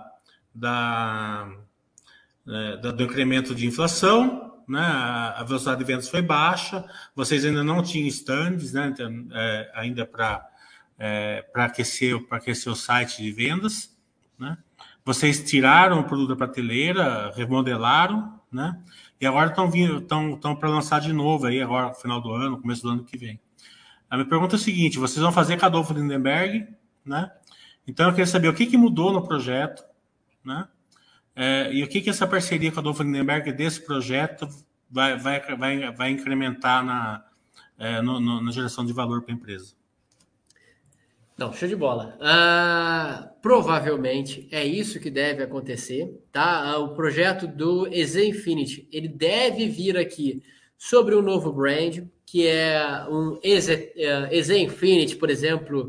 Speaker 1: do incremento de inflação, né? A velocidade de vendas foi baixa, vocês ainda não tinham stands, né? Ainda para aquecer o site de vendas, né? Vocês tiraram o produto da prateleira, remodelaram, né? E agora estão para lançar de novo aí, agora no final do ano, começo do ano que vem. A minha pergunta é a seguinte: vocês vão fazer com a Adolfo Lindenberg, né? Então eu queria saber o que mudou no projeto, né? E o que essa parceria com a Adolfo Lindenberg desse projeto vai incrementar na geração de valor para a empresa.
Speaker 3: Não, show de bola. Provavelmente é isso que deve acontecer, tá? O projeto do EZ Infinity, ele deve vir aqui sobre um novo brand, que é um EZ Infinity, por exemplo,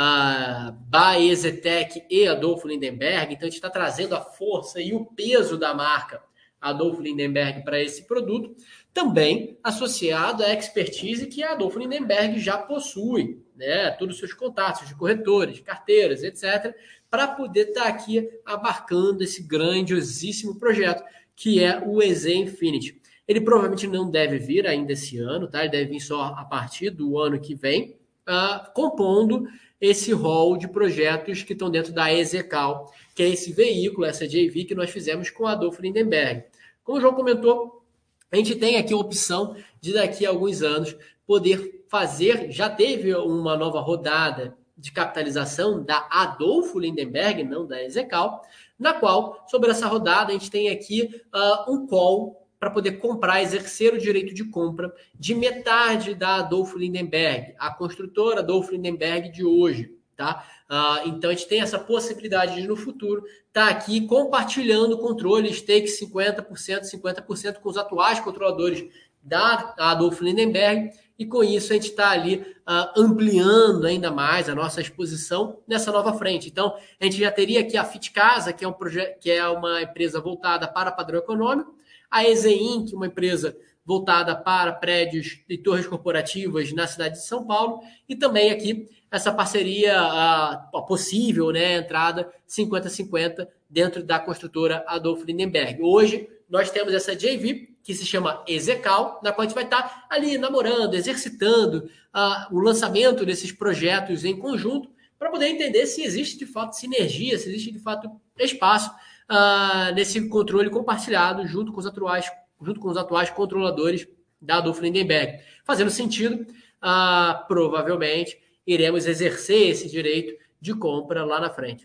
Speaker 3: by EZTEC e Adolfo Lindenberg. Então, a gente está trazendo a força e o peso da marca Adolfo Lindenberg para esse produto, também associado à expertise que a Adolfo Lindenberg já possui, né? Todos os seus contatos de corretores, carteiras, etc., para poder estar aqui abarcando esse grandiosíssimo projeto, que é o EZ Infinity. Ele provavelmente não deve vir ainda esse ano, tá? Ele deve vir só a partir do ano que vem, compondo esse rol de projetos que estão dentro da EZCAL, que é esse veículo, essa JV que nós fizemos com a Adolfo Lindenberg. Como o João comentou, a gente tem aqui a opção de daqui a alguns anos poder fazer, já teve uma nova rodada de capitalização da Adolfo Lindenberg, não da EZCAL, na qual, sobre essa rodada, a gente tem aqui um call para poder comprar, exercer o direito de compra de metade da Adolfo Lindenberg, a construtora Adolfo Lindenberg de hoje, tá? Então, a gente tem essa possibilidade de, no futuro, estar aqui compartilhando o controle, stake 50% com os atuais controladores da Adolfo Lindenberg, e com isso a gente está ali ampliando ainda mais a nossa exposição nessa nova frente. Então, a gente já teria aqui a Fit Casa, que é uma empresa voltada para padrão econômico, a EZInc, uma empresa voltada para prédios e torres corporativas na cidade de São Paulo, e também aqui essa parceria possível, né, entrada 50-50 dentro da construtora Adolfo Lindenberg. Hoje, nós temos essa JV, que se chama EZCAL, na qual a gente vai estar ali namorando, exercitando o lançamento desses projetos em conjunto, para poder entender se existe de fato sinergia, se existe de fato espaço nesse controle compartilhado junto com os atuais controladores da Adolfo Lindenberg. Fazendo sentido, provavelmente iremos exercer esse direito de compra lá na frente.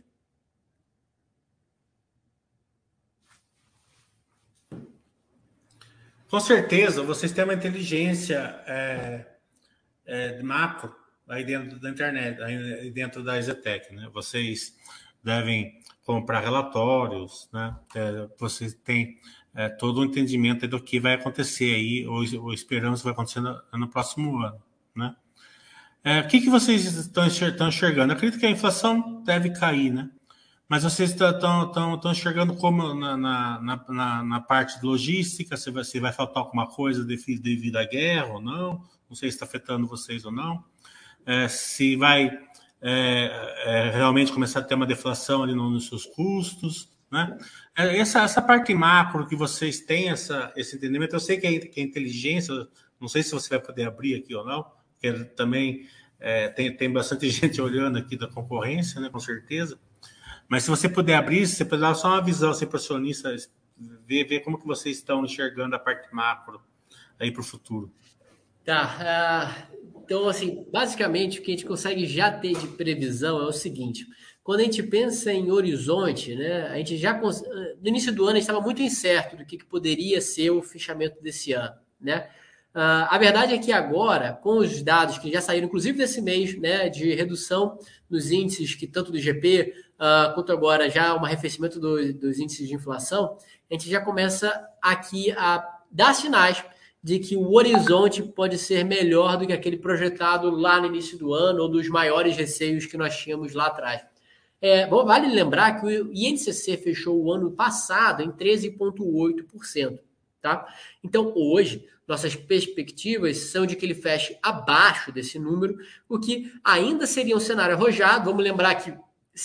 Speaker 1: Com certeza, vocês têm uma inteligência de macro aí dentro da internet, aí dentro da EZTEC, né? Vocês devem comprar relatórios, né? Vocês têm todo o entendimento do que vai acontecer aí, ou esperamos que vai acontecer no próximo ano, né? O que vocês estão enxergando? Eu acredito que a inflação deve cair, né? Mas vocês estão enxergando como na parte de logística, se vai faltar alguma coisa devido à guerra ou não? Não sei se está afetando vocês ou não. Se vai realmente começar a ter uma deflação ali nos seus custos, né? Essa parte macro que vocês têm esse entendimento, eu sei que é inteligência, não sei se você vai poder abrir aqui ou não, porque também tem bastante gente olhando aqui da concorrência, né, com certeza. Mas se você puder abrir, se você puder dar só uma visão assim, para o acionista, ver como que vocês estão enxergando a parte macro aí para o futuro.
Speaker 3: Tá. Então, assim, basicamente, o que a gente consegue já ter de previsão é o seguinte: quando a gente pensa em horizonte, né, a gente já no início do ano a gente estava muito incerto do que poderia ser o fechamento desse ano, né? A verdade é que agora, com os dados que já saíram, inclusive desse mês, né, de redução nos índices, que tanto do IGP quanto agora já um arrefecimento dos índices de inflação, a gente já começa aqui a dar sinais de que o horizonte pode ser melhor do que aquele projetado lá no início do ano ou dos maiores receios que nós tínhamos lá atrás. Vale lembrar que o INCC fechou o ano passado em 13,8%. Tá? Então, hoje, nossas perspectivas são de que ele feche abaixo desse número, o que ainda seria um cenário arrojado. Vamos lembrar que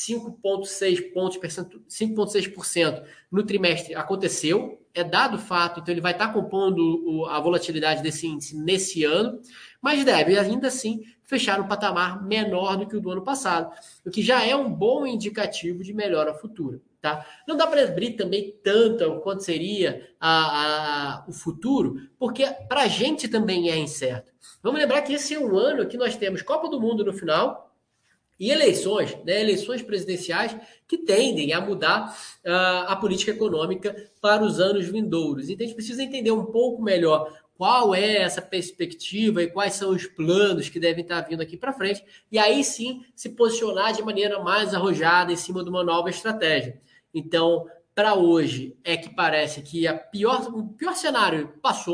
Speaker 3: 5,6% no trimestre aconteceu, é dado fato, então ele vai estar compondo a volatilidade desse índice nesse ano, mas deve ainda assim fechar um patamar menor do que o do ano passado, o que já é um bom indicativo de melhora futura. Tá? Não dá para abrir também tanto quanto seria o futuro, porque para a gente também é incerto. Vamos lembrar que esse é um ano que nós temos Copa do Mundo no final e eleições, né? Eleições presidenciais que tendem a mudar a política econômica para os anos vindouros. Então a gente precisa entender um pouco melhor qual é essa perspectiva e quais são os planos que devem estar vindo aqui para frente, e aí sim se posicionar de maneira mais arrojada em cima de uma nova estratégia. Então, para hoje, é que parece que o pior cenário passou,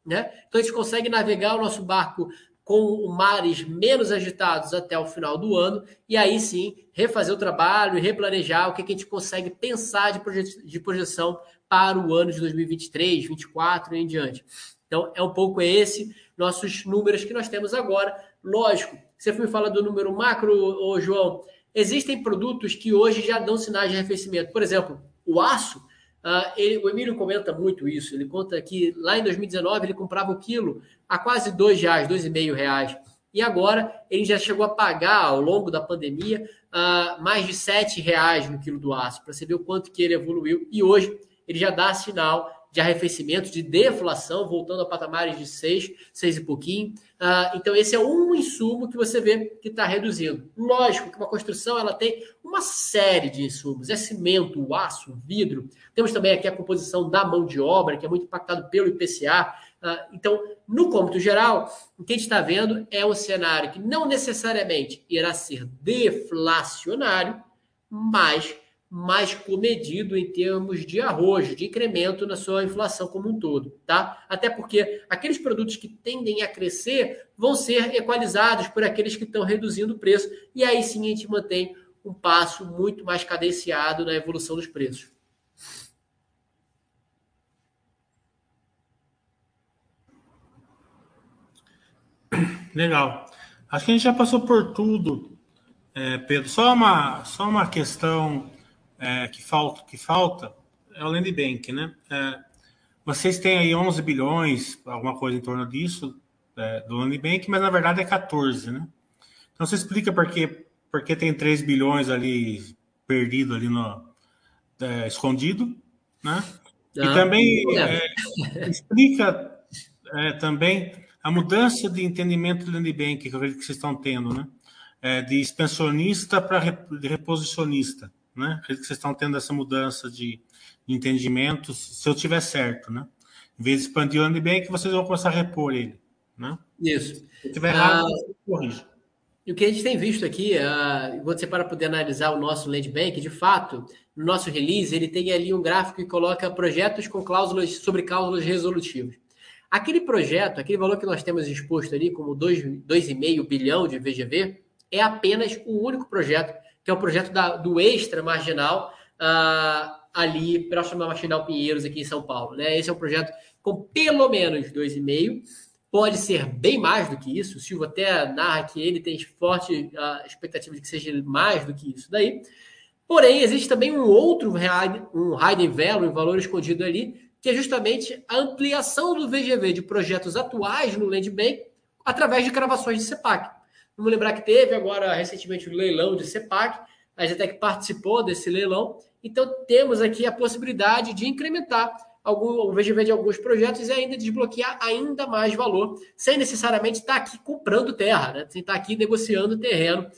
Speaker 3: né? Então a gente consegue navegar o nosso barco com mares menos agitados até o final do ano, e aí sim refazer o trabalho e replanejar o que a gente consegue pensar de projeção para o ano de 2023, 2024 e em diante. Então, é um pouco esse nossos números que nós temos agora. Lógico, você me fala do número macro, ô João, existem produtos que hoje já dão sinais de arrefecimento. Por exemplo, o aço, o Emílio comenta muito isso. Ele conta que lá em 2019 ele comprava o quilo a quase R$2, R$2,5. E agora ele já chegou a pagar, ao longo da pandemia, mais de R$7 no quilo do aço, para você ver o quanto que ele evoluiu. E hoje ele já dá sinal de arrefecimento, de deflação, voltando a patamares de 6 e pouquinho. Então, esse é um insumo que você vê que está reduzindo. Lógico que uma construção ela tem uma série de insumos. É cimento, o aço, o vidro. Temos também aqui a composição da mão de obra, que é muito impactado pelo IPCA. Então, no cômputo geral, o que a gente está vendo é um cenário que não necessariamente irá ser deflacionário, mas mais comedido em termos de arrojo, de incremento na sua inflação como um todo, tá? Até porque aqueles produtos que tendem a crescer vão ser equalizados por aqueles que estão reduzindo o preço, e aí sim a gente mantém um passo muito mais cadenciado na evolução dos preços.
Speaker 1: Legal. Acho que a gente já passou por tudo, Pedro. Só uma questão que falta é o Land Bank, né? Vocês têm aí 11 bilhões, alguma coisa em torno disso, do Land Bank, mas na verdade é 14, né? Então você explica por que tem 3 bilhões ali perdido ali escondido, né? E também explica também a mudança de entendimento do Land Bank que eu vejo que vocês estão tendo, né? De expansionista para reposicionista, né? Acredito que vocês estão tendo essa mudança de entendimento, se eu tiver certo, né? Em vez de expandir o Land Bank, vocês vão começar a repor ele, né?
Speaker 3: Isso.
Speaker 1: Se eu tiver errado, você corrige.
Speaker 3: E o que a gente tem visto aqui, quando você para poder analisar o nosso Land Bank, de fato, no nosso release, ele tem ali um gráfico que coloca projetos com cláusulas sobre cláusulas resolutivas. Aquele projeto, aquele valor que nós temos exposto ali, como 2,5 bilhão de VGV, é apenas o único projeto, que é o projeto do Extra Marginal, ali próximo à Marginal Pinheiros, aqui em São Paulo. Né? Esse é um projeto com pelo menos 2,5. Pode ser bem mais do que isso. O Silvio até narra que ele tem forte expectativa de que seja mais do que isso daí. Porém, existe também um outro hidden value, um valor escondido ali, que é justamente a ampliação do VGV de projetos atuais no Land Bank através de cravações de CEPAC. Vamos lembrar que teve agora recentemente o leilão de CEPAC, a Zetec participou desse leilão, então temos aqui a possibilidade de incrementar o VGV de alguns projetos e ainda desbloquear ainda mais valor, sem necessariamente estar aqui comprando terra, né? Sem estar aqui negociando terreno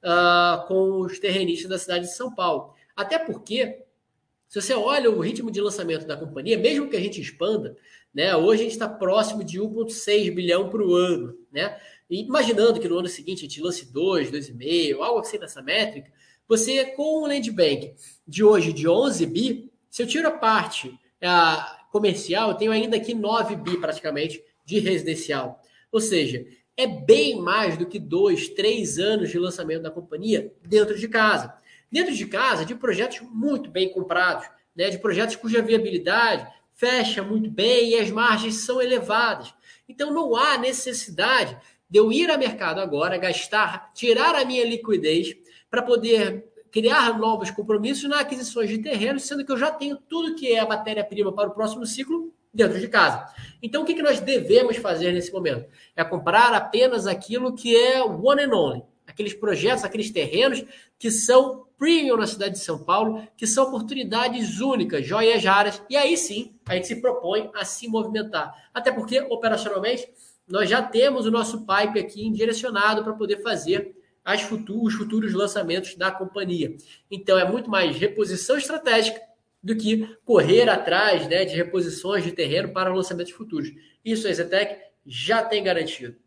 Speaker 3: com os terrenistas da cidade de São Paulo. Até porque, se você olha o ritmo de lançamento da companhia, mesmo que a gente expanda, né, hoje a gente está próximo de 1,6 bilhão para o ano. Né? E imaginando que no ano seguinte a gente lance 2,5, algo assim nessa métrica, você com um land bank de hoje de 11 bi, se eu tiro a parte comercial, eu tenho ainda aqui 9 bi praticamente de residencial. Ou seja, é bem mais do que 2, 3 anos de lançamento da companhia dentro de casa. Dentro de casa, de projetos muito bem comprados, né, de projetos cuja viabilidade fecha muito bem e as margens são elevadas. Então, não há necessidade de eu ir ao mercado agora, gastar, tirar a minha liquidez para poder criar novos compromissos na aquisições de terrenos, sendo que eu já tenho tudo que é a matéria-prima para o próximo ciclo dentro de casa. Então, o que nós devemos fazer nesse momento? É comprar apenas aquilo que é one and only. Aqueles projetos, aqueles terrenos que são premium na cidade de São Paulo, que são oportunidades únicas, joias raras, e aí sim a gente se propõe a se movimentar. Até porque, operacionalmente, nós já temos o nosso pipe aqui direcionado para poder fazer os futuros lançamentos da companhia. Então, é muito mais reposição estratégica do que correr atrás, né, de reposições de terreno para lançamentos futuros. Isso a Zetec já tem garantido.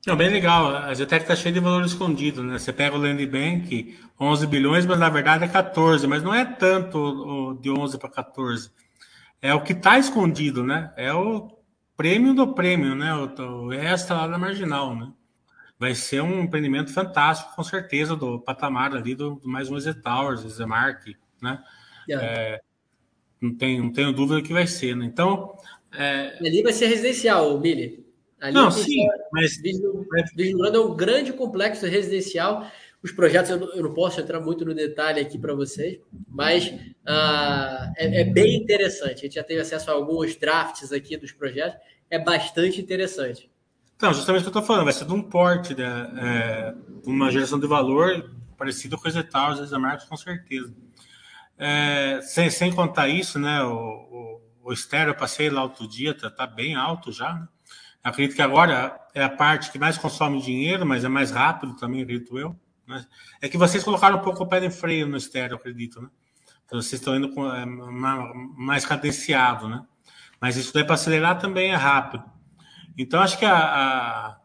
Speaker 1: Não, bem legal. A Zetec está cheia de valor escondido, né? Você pega o Land Bank, 11 bilhões, mas na verdade é 14, mas não é tanto de 11 para 14. É o que está escondido, né? É o prêmio do prêmio, né? O extra lá da marginal, né? Vai ser um empreendimento fantástico, com certeza, do patamar ali do mais um Z Towers, Zemark, né?
Speaker 3: Yeah.
Speaker 1: Não tenho dúvida que vai ser, né? Então,
Speaker 3: Ali vai ser residencial, Billy. Ali
Speaker 1: não,
Speaker 3: o que a gente
Speaker 1: sim,
Speaker 3: está vislumbrando é um grande complexo residencial. Os projetos, eu não posso entrar muito no detalhe aqui para vocês, mas é bem interessante. A gente já teve acesso a alguns drafts aqui dos projetos. É bastante interessante.
Speaker 1: então, justamente o que eu estou falando, vai ser de um porte, uma geração de valor parecido com os Z Towers, Zemark, com certeza. Sem contar isso, né? O estéreo, eu passei lá outro dia, tá bem alto já, né? Acredito que agora é a parte que mais consome dinheiro, mas é mais rápido também, acredito eu. Né? É que vocês colocaram um pouco o pé de freio no estéreo, acredito, né? Então vocês estão indo mais cadenciado, né? Mas isso daí para acelerar também é rápido. Então acho que a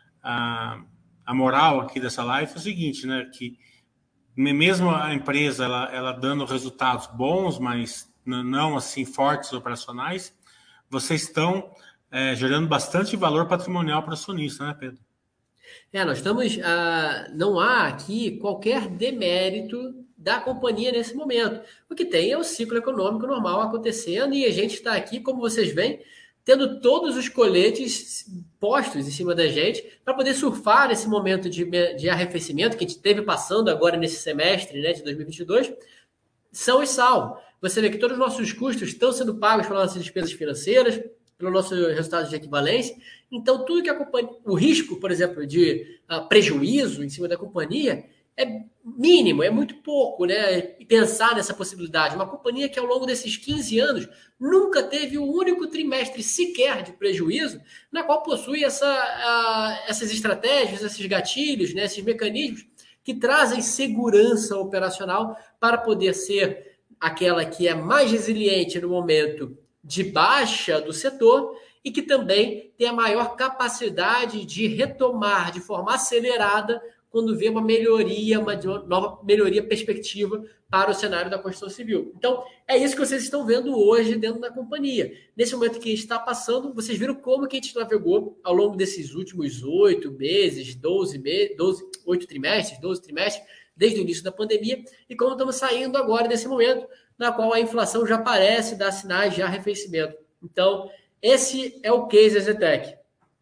Speaker 1: moral aqui dessa live é o seguinte, né? Que mesmo a empresa ela dando resultados bons, mas não assim fortes operacionais, vocês estão gerando bastante valor patrimonial para o acionista, né, Pedro?
Speaker 3: Nós estamos. Não há aqui qualquer demérito da companhia nesse momento. O que tem é o ciclo econômico normal acontecendo e a gente está aqui, como vocês veem, tendo todos os coletes postos em cima da gente para poder surfar nesse momento de arrefecimento que a gente teve passando agora nesse semestre, né, de 2022, são os salvos. Você vê que todos os nossos custos estão sendo pagos pelas nossas despesas financeiras, pelo nosso resultado de equivalência. Então, tudo que a companhia, o risco, por exemplo, de prejuízo em cima da companhia é mínimo, é muito pouco, né? E pensar nessa possibilidade. Uma companhia que ao longo desses 15 anos nunca teve um único trimestre sequer de prejuízo, na qual possui essas estratégias, esses gatilhos, né? Esses mecanismos que trazem segurança operacional para poder ser aquela que é mais resiliente no momento de baixa do setor e que também tem a maior capacidade de retomar de forma acelerada quando vê uma melhoria, uma nova melhoria perspectiva para o cenário da construção civil. Então, é isso que vocês estão vendo hoje dentro da companhia. Nesse momento que a gente está passando, vocês viram como que a gente navegou ao longo desses últimos 8 meses, 8 trimestres, 12 trimestres, desde o início da pandemia, e como estamos saindo agora desse momento, na qual a inflação já parece dar sinais de arrefecimento. Então, esse é o case da Zetec.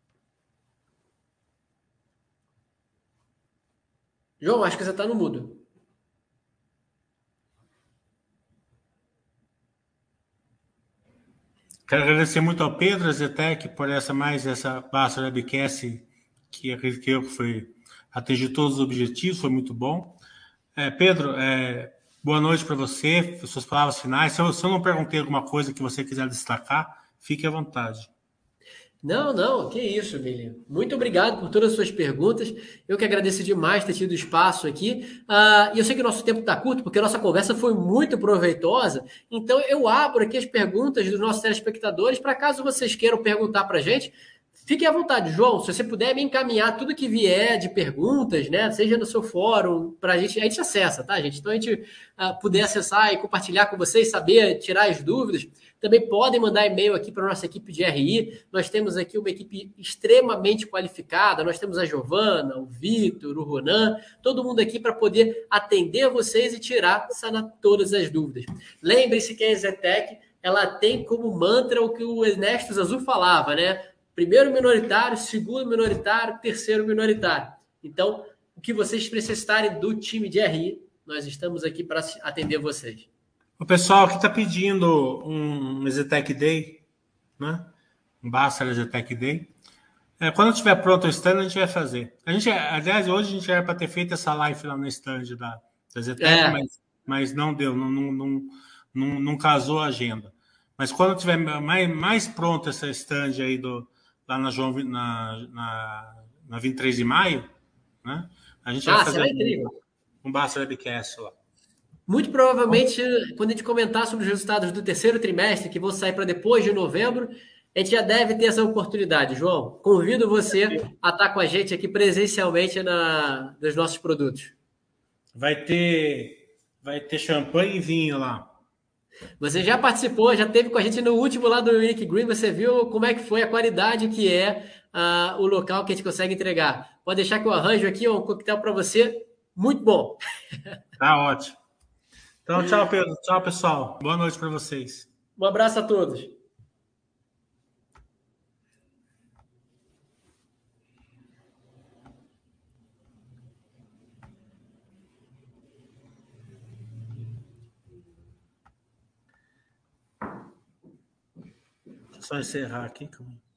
Speaker 3: João, acho que você está no mudo.
Speaker 1: Quero agradecer muito ao Pedro, a Zetec, por essa Basta Webcast, que acredito que eu atingiu todos os objetivos, foi muito bom. Pedro, boa noite para você, suas palavras finais. Se eu não perguntei alguma coisa que você quiser destacar, fique à vontade.
Speaker 3: Não, que isso, Billy. Muito obrigado por todas as suas perguntas. Eu que agradeço demais ter tido espaço aqui. E eu sei que o nosso tempo está curto, porque a nossa conversa foi muito proveitosa. Então, eu abro aqui as perguntas dos nossos telespectadores, para caso vocês queiram perguntar para a gente. Fique à vontade, João. Se você puder me encaminhar tudo que vier de perguntas, né? Seja no seu fórum, para a gente acessa, tá, gente? Então, a gente puder acessar e compartilhar com vocês, saber, tirar as dúvidas. Também podem mandar e-mail aqui para a nossa equipe de RI. Nós temos aqui uma equipe extremamente qualificada. Nós temos a Giovana, o Vitor, o Ronan, todo mundo aqui para poder atender vocês e sanar todas as dúvidas. Lembre-se que a Zetec, ela tem como mantra o que o Ernesto Azul falava, né? Primeiro minoritário, segundo minoritário, terceiro minoritário. Então, o que vocês precisarem do time de RI, nós estamos aqui para atender vocês.
Speaker 1: O pessoal aqui está pedindo um Zetec Day, né? Um Basta Zetec Day. Quando estiver pronto o stand, a gente vai fazer. Aliás, hoje a gente era para ter feito essa live lá no stand da Zetec, mas não deu, não casou a agenda. Mas quando tiver mais pronto essa stand aí lá na 23 de maio, né? A gente vai fazer um Basta Webcast lá.
Speaker 3: Muito provavelmente, quando a gente comentar sobre os resultados do terceiro trimestre, que vão sair para depois de novembro, A gente já deve ter essa oportunidade, João. Convido você a estar com a gente aqui presencialmente nos nossos produtos.
Speaker 1: Vai ter champanhe e vinho lá.
Speaker 3: Você já participou, já esteve com a gente no último lá do Unique Green, você viu como é que foi a qualidade que é o local que a gente consegue entregar. Pode deixar que eu arranjo aqui um coquetel para você, muito bom.
Speaker 1: Tá ótimo. Então, tchau, Pedro. Tchau, pessoal. Boa noite para vocês.
Speaker 3: Um abraço a todos.
Speaker 1: Deixa eu só encerrar aqui.